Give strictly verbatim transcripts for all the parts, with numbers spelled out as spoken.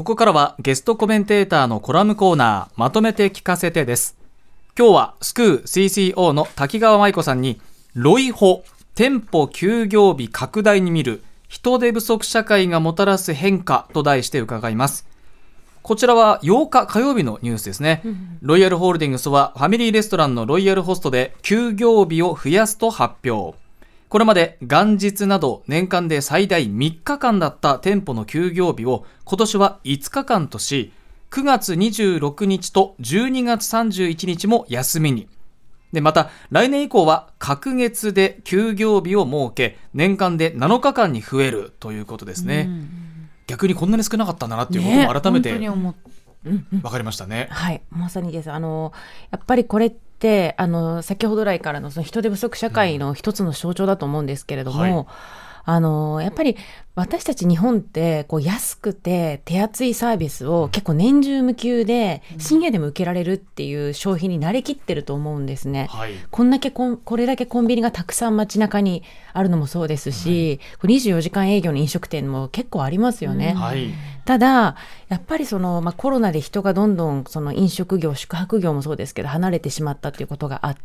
ここからはゲストコメンテーターのコラムコーナー、まとめて聞かせてです。今日はスクー シーシーオー の滝川舞子さんに、ロイホ店舗休業日拡大に見る人手不足社会がもたらす変化と題して伺います。こちらはようか火曜日のニュースですね、うん、ロイヤルホールディングスはファミリーレストランのロイヤルホストで休業日を増やすと発表。これまで元日など年間で最大みっかかんだった店舗の休業日を今年はいつかかんとし、くがつにじゅうろくにちとじゅうにがつさんじゅういちにちも休みに。でまた来年以降は隔月で休業日を設け、年間でなのかかんに増えるということですね、うん、逆にこんなに少なかったんだなっていうことも改めて、ね、分かりましたね、 はい、まさにです。あのやっぱりこれってあの先ほど来からのその人手不足社会の一つの象徴だと思うんですけれども、うんはい、あのやっぱり私たち日本ってこう安くて手厚いサービスを結構年中無休で深夜でも受けられるっていう消費に慣れきってると思うんですね、はい、こんだけこんこれだけコンビニがたくさん街中にあるのもそうですし、はい、にじゅうよじかん営業の飲食店も結構ありますよね、はい、ただやっぱりその、まあ、コロナで人がどんどんその飲食業宿泊業もそうですけど離れてしまったということがあって、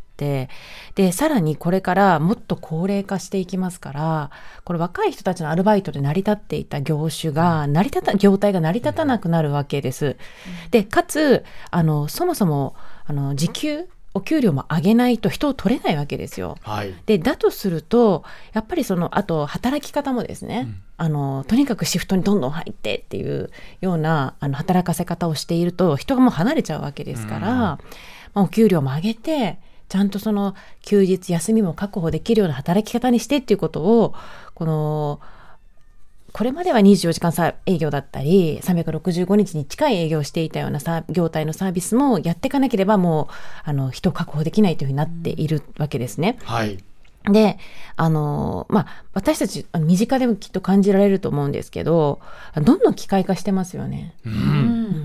でさらにこれからもっと高齢化していきますから、これ若い人たちのアルバイトで成り立っていた業種が成り立た業態が成り立たなくなるわけです。でかつあのそもそもあの時給お給料も上げないと人を取れないわけですよ、はい、でだとするとやっぱりそのあと働き方もですね、うん、あのとにかくシフトにどんどん入ってっていうようなあの働かせ方をしていると人がもう離れちゃうわけですから、うんまあ、お給料も上げてちゃんとその休日休みも確保できるような働き方にしてっていうことをこのこれまではにじゅうよじかん営業だったりさんびゃくろくじゅうごにちに近い営業をしていたような業態のサービスもやっていかなければもうあの人を確保できないというふうになっているわけですね、はい、であの、まあ、私たち身近でもきっと感じられると思うんですけど、どんどん機械化してますよね、うんうん、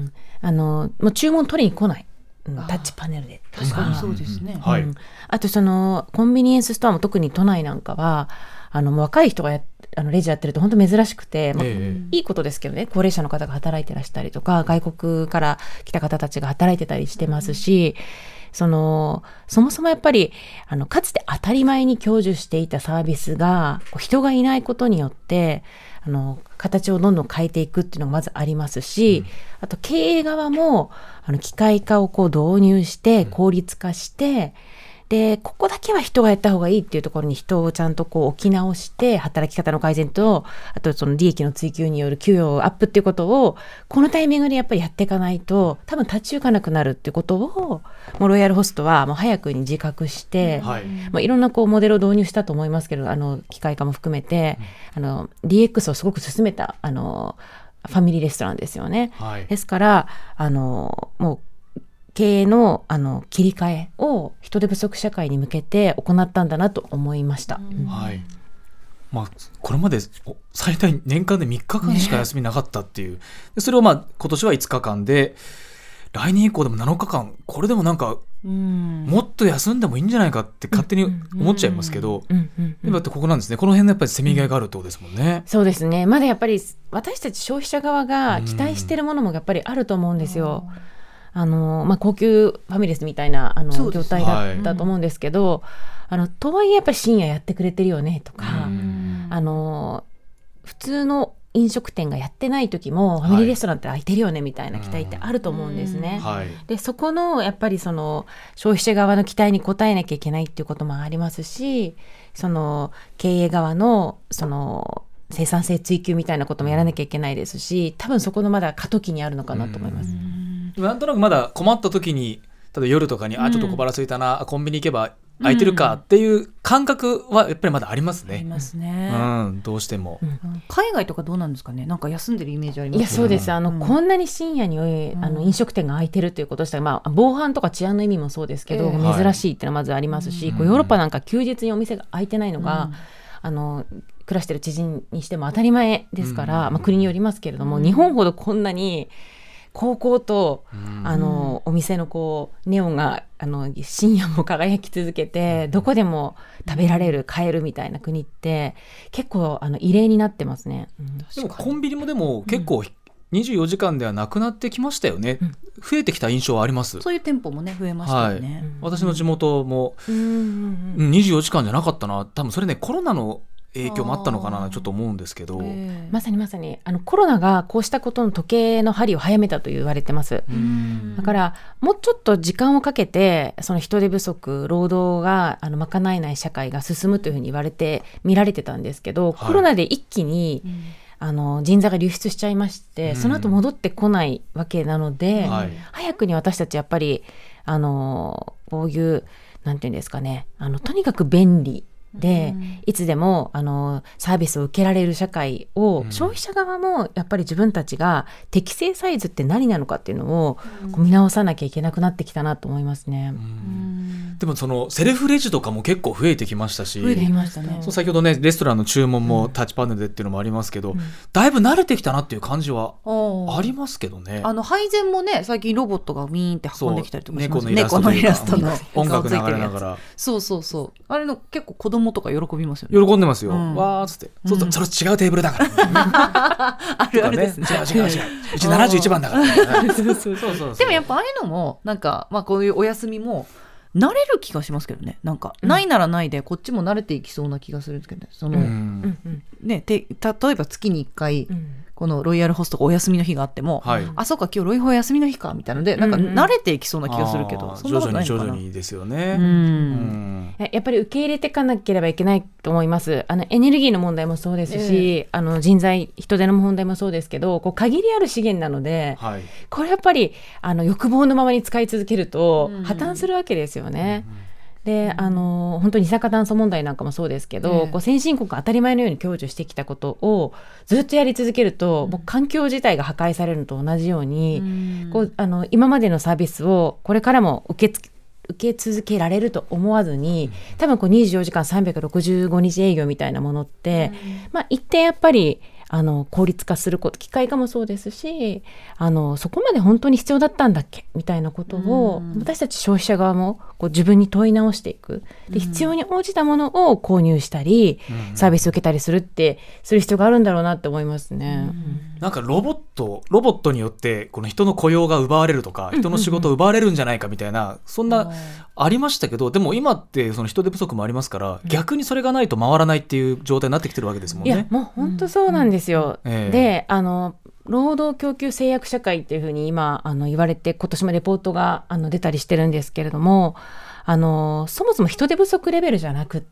あのもう注文取りに来ない、うん、タッチパネルで確かにそうですね、 うんはい、あとそのコンビニエンスストアも特に都内なんかはあの若い人がやあのレジやってると本当珍しくて、まあええ、いいことですけどね、高齢者の方が働いてらしたりとか外国から来た方たちが働いてたりしてますし、そのそもそもやっぱりあのかつて当たり前に享受していたサービスがこう人がいないことによってあの形をどんどん変えていくっていうのがまずありますし、うん、あと経営側もあの機械化をこう導入して効率化して、うんでここだけは人がやった方がいいっていうところに人をちゃんとこう置き直して働き方の改善とあとその利益の追求による給与アップっていうことをこのタイミングでやっぱりやっていかないと多分立ち行かなくなるっていうことをもうロイヤルホストはもう早くに自覚して、はいまあ、いろんなこうモデルを導入したと思いますけどあの機械化も含めて、うん、あの ディーエックス をすごく進めたあのファミリーレストランですよね、はい、ですからあのもう経営 の, あの切り替えを人手不足社会に向けて行ったんだなと思いました、うんはいまあ、これまで最大年間でみっかかんしか休みなかったっていう、ね、それをまあ今年はいつかかんで来年以降でもなのかかんこれでもなんかうんもっと休んでもいいんじゃないかって勝手に思っちゃいますけど、うんうんうんうん、だってここなんですね。この辺のやっぱりせめぎ合いがあるってことですもんね、 うん、そうですね。まだやっぱり私たち消費者側が期待しているものもやっぱりあると思うんですよ、うんあのまあ、高級ファミレスみたいなあの業態だったと思うんですけど、はい、あのとはいえやっぱり深夜やってくれてるよねとかあの普通の飲食店がやってない時もファミリーレストランって空いてるよねみたいな期待ってあると思うんですね、はい、でそこのやっぱりその消費者側の期待に応えなきゃいけないっていうこともありますしその経営側のその生産性追求みたいなこともやらなきゃいけないですし多分そこのまだ過渡期にあるのかなと思います。 なんとなくまだ困った時に例えば夜とかに、うん、あちょっと小腹空いたなコンビニ行けば空いてるかっていう感覚はやっぱりまだありますね、 ありますね、 うん、どうしても、うん、 海外とかどうなんですかね。なんか休んでるイメージあります。 いやそうですあの、うん、こんなに深夜にあの飲食店が空いてるということしたら、まあ、防犯とか治安の意味もそうですけど、えー、珍しいっていうのはまずありますし、はい、こうヨーロッパなんか休日にお店が開いてないのが、うん、あの暮らしてる知人にしても当たり前ですから、うんまあ、国によりますけれども、うん、日本ほどこんなに高校と、うん、あのお店のこうネオンがあの深夜も輝き続けてどこでも食べられる買えるみたいな国って結構あの異例になってますね、うん、 でもコンビニもでも結構、うん、 にじゅうよじかんではなくなってきましたよね、うん、増えてきた印象はあります。 そういう店舗もね増えましたよね、 はい、私の地元も、うん、にじゅうよじかんじゃなかったな。多分それねコロナの影響もあったのかなちょっと思うんですけど、 まさにまさにあのコロナがこうしたことの時計の針を早めたと言われてます。だからもうちょっと時間をかけてその人手不足労働があの賄えない社会が進むというふうに言われて見られてたんですけど、はい、コロナで一気に、うん、あの人材が流出しちゃいまして、うん、その後戻ってこないわけなので、はい、早くに私たちやっぱりあのこういうなんていうんですかね、あのとにかく便利で、うん、いつでもあのサービスを受けられる社会を、うん、消費者側もやっぱり自分たちが適正サイズって何なのかっていうのを、うん、こう見直さなきゃいけなくなってきたなと思いますね、うん、 でもそのセルフレジとかも結構増えてきましたし、 増えてきましたね。 そう先ほどねレストランの注文もタッチパネルでっていうのもありますけど、うん、だいぶ慣れてきたなっていう感じはありますけどね。 あの配膳もね最近ロボットがウィーンって運んできたりとかします。 猫のイラストというか、 猫のイラストの音楽流れながらそうそうそうあれの結構子供とか喜びますよね。 喜んでますよ、うん、わーっつって、 うん、 そうそうそれ違うテーブルだから、ね、 あるあるですね。 違う違う違ううちななじゅういちばんだから、ね、そうそうそうそうでもやっぱああいうのもなんか、まあ、こういうお休みも慣れる気がしますけどね。なんか、うん、ないならないでこっちも慣れていきそうな気がするんですけどね。その、うんね、て例えば月にいっかい、うんこのロイヤルホストがお休みの日があっても、はい、あそうか今日ロイホ休みの日かみたいなのでなんか慣れていきそうな気がするけど、うんうん、そんなことないのかな。 徐々に徐々にですよね、 うんうん、やっぱり受け入れていかなければいけないと思います。あのエネルギーの問題もそうですし、えー、あの人材人手の問題もそうですけどこう限りある資源なので、はい、これやっぱりあの欲望のままに使い続けると破綻するわけですよね、うんうんであの本当に二酸化炭素問題なんかもそうですけど、えー、こう先進国が当たり前のように享受してきたことをずっとやり続けると、うん、もう環境自体が破壊されるのと同じように、うん、こうあの今までのサービスをこれからも受け受け続けられると思わずに多分こうにじゅうよじかんさんびゃくろくじゅうごにち営業みたいなものって、うんまあ、一定やっぱりあの効率化すること機械化もそうですしあのそこまで本当に必要だったんだっけみたいなことを、うん、私たち消費者側もこう自分に問い直していくで必要に応じたものを購入したり、うん、サービスを受けたりするってする必要があるんだろうなって思いますね、うん、 なんかロボットロボットによってこの人の雇用が奪われるとか人の仕事を奪われるんじゃないかみたいな、うんうんうん、そんなありましたけどでも今ってその人手不足もありますから、うん、逆にそれがないと回らないっていう状態になってきてるわけですもんね。 いやもう本当そうなんですよ、うんえー、であの労働供給制約社会っていうふうに今あの言われて今年もレポートがあの出たりしてるんですけれどもあのそもそも人手不足レベルじゃなくって、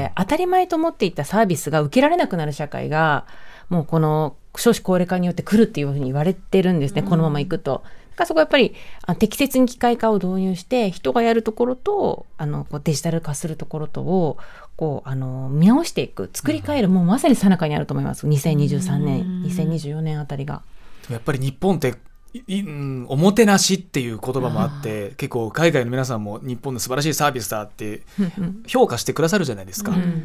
うん、当たり前と思っていたサービスが受けられなくなる社会がもうこの少子高齢化によって来るっていうふうに言われてるんですね、うん、このままいくと。だからそこはやっぱりあ適切に機械化を導入して人がやるところとあのこうデジタル化するところとをこうあの見直していく作り変える、うん、もうまさに最中にあると思いますにせんにじゅうさんねん、うん、にせんにじゅうよねんあたりが。 でもやっぱり日本っていうん、おもてなしっていう言葉もあって結構海外の皆さんも日本の素晴らしいサービスだって評価してくださるじゃないですか、うんうんうん、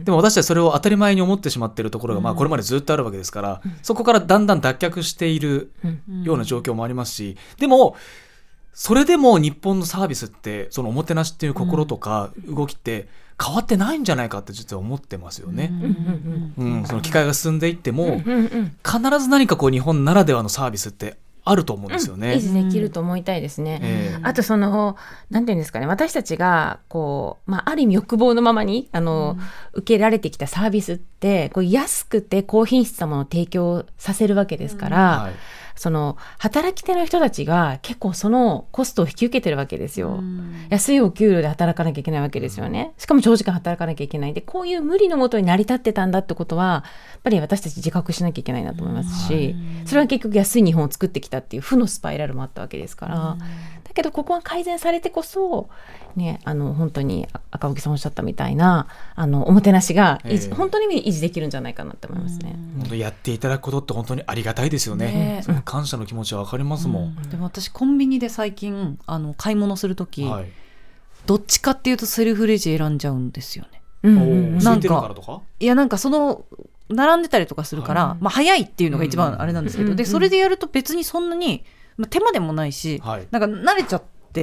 でも私たちそれを当たり前に思ってしまっているところが、まあ、これまでずっとあるわけですから、うん、そこからだんだん脱却しているような状況もありますしでもそれでも日本のサービスってそのおもてなしっていう心とか動きって変わってないんじゃないかって実は思ってますよね、うんうんうん、その機械が進んでいっても必ず何かこう日本ならではのサービスってあると思うんですよね、 うん、維持できると思いたいですね、えー、あとそのなんていうんですかね私たちがこう、まあ、ある意味欲望のままにあの、うん、受けられてきたサービスってこう安くて高品質なものを提供させるわけですから、うんはいその働き手の人たちが結構そのコストを引き受けてるわけですよ、うん、安いお給料で働かなきゃいけないわけですよね。しかも長時間働かなきゃいけないでこういう無理のもとに成り立ってたんだってことはやっぱり私たち自覚しなきゃいけないなと思いますし、うん、それは結局安い日本を作ってきたっていう負のスパイラルもあったわけですから、うん、だけどここが改善されてこそ、ね、あの本当に赤荻さんおっしゃったみたいなあのおもてなしが、えー、本当に維持できるんじゃないかなと思いますね、 うん、本当やっていただくことって本当にありがたいですよね、ねその感謝の気持ちは分かりますもん、うん、 でも私コンビニで最近あの買い物するとき、はい、どっちかっていうとセルフレジ選んじゃうんですよね、 うん、なんかいやなんかその並んでたりとかするから、はいまあ、早いっていうのが一番あれなんですけど、うん、でそれでやると別にそんなに、まあ、手間でもないし、はい、なんか慣れちゃって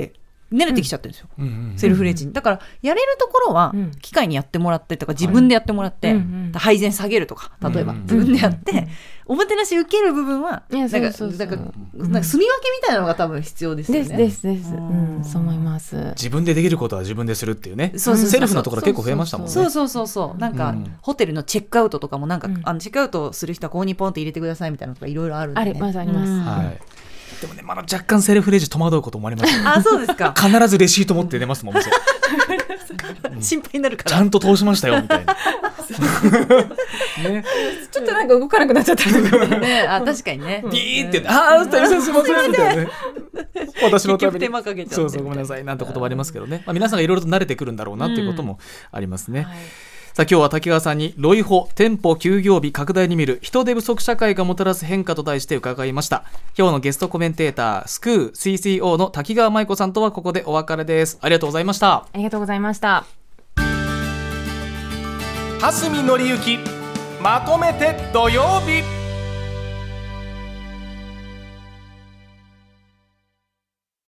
慣れてきちゃってるんですよ、 うんうんうん、 セルフレジに。だからやれるところは機械にやってもらってとか自分でやってもらって、はい、配膳下げるとか例えば、うんうん、自分でやって、うんうん、おもてなし受ける部分はなんかなんか住み分けみたいなのが多分必要ですよね。 ですですです、うん、そう思います。 自分でできることは自分でするっていうね。そうそうそうそう、セルフのところ結構増えましたもんね。 そうそうそうそうなんか、うん、ホテルのチェックアウトとかもなんか、うん、あのチェックアウトする人はここにポンって入れてくださいみたいなのとかいろいろあるんで、ね、 ありますあります、うん、 はい。でもね、まだ若干セルフレジ戸惑うこともありますよ、ね、 あ、そうですか。 必ずレシート持って出ますもん、店心配になるからちゃんと通しましたよみたいなね、ちょっとなんか動かなくなっちゃったね、あ、確かにね、 ビーって、うん、あー、大変すいませんみたいなね私のために手間かけちゃってそうそうごめんなさいなんて言葉ありますけどね、まあ、皆さんがいろいろと慣れてくるんだろうなっていうこともありますね、うん、はい。さあ今日は滝川さんにロイホ店舗休業日拡大に見る人手不足社会がもたらす変化と題して伺いました。今日のゲストコメンテータースクー シーシーオー の滝川舞子さんとはここでお別れです。ありがとうございました。 ありがとうございました。 蓮見紀之まとめて土曜日。